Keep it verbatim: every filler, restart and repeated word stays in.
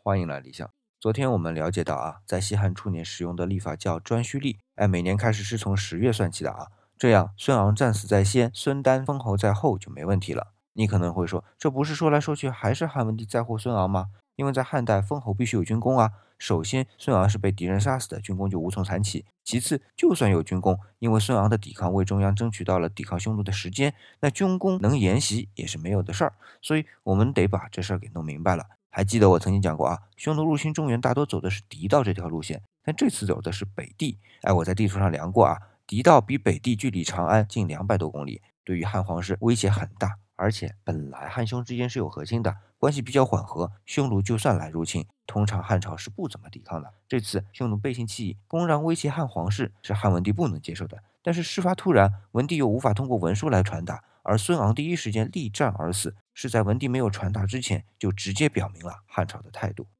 欢迎来理想。昨天我们了解到啊，在西汉初年使用的历法叫颛顼历，哎，每年开始是从十月算起的啊。这样孙昂战死在先，孙丹封侯在后就没问题了。你可能会说，这不是说来说去还是汉文帝在乎孙昂吗？因为在汉代封侯必须有军功啊。首先，孙昂是被敌人杀死的，军功就无从谈起。其次，就算有军功，因为孙昂的抵抗为中央争取到了抵抗匈奴的时间，那军功能沿袭也是没有的事儿。所以我们得把这事儿给弄明白了。还记得我曾经讲过啊，匈奴入侵中原大多走的是狄道这条路线，但这次走的是北地。哎，我在地图上量过啊，狄道比北地距离长安近两百多公里，对于汉皇室威胁很大。而且本来汉匈之间是有和亲的，关系比较缓和，匈奴就算来入侵，通常汉朝是不怎么抵抗的。这次匈奴背信弃义，公然威胁汉皇室，是汉文帝不能接受的。但是事发突然，文帝又无法通过文书来传达，而孙昂第一时间力战而死，是在文帝没有传达之前就直接表明了汉朝的态度。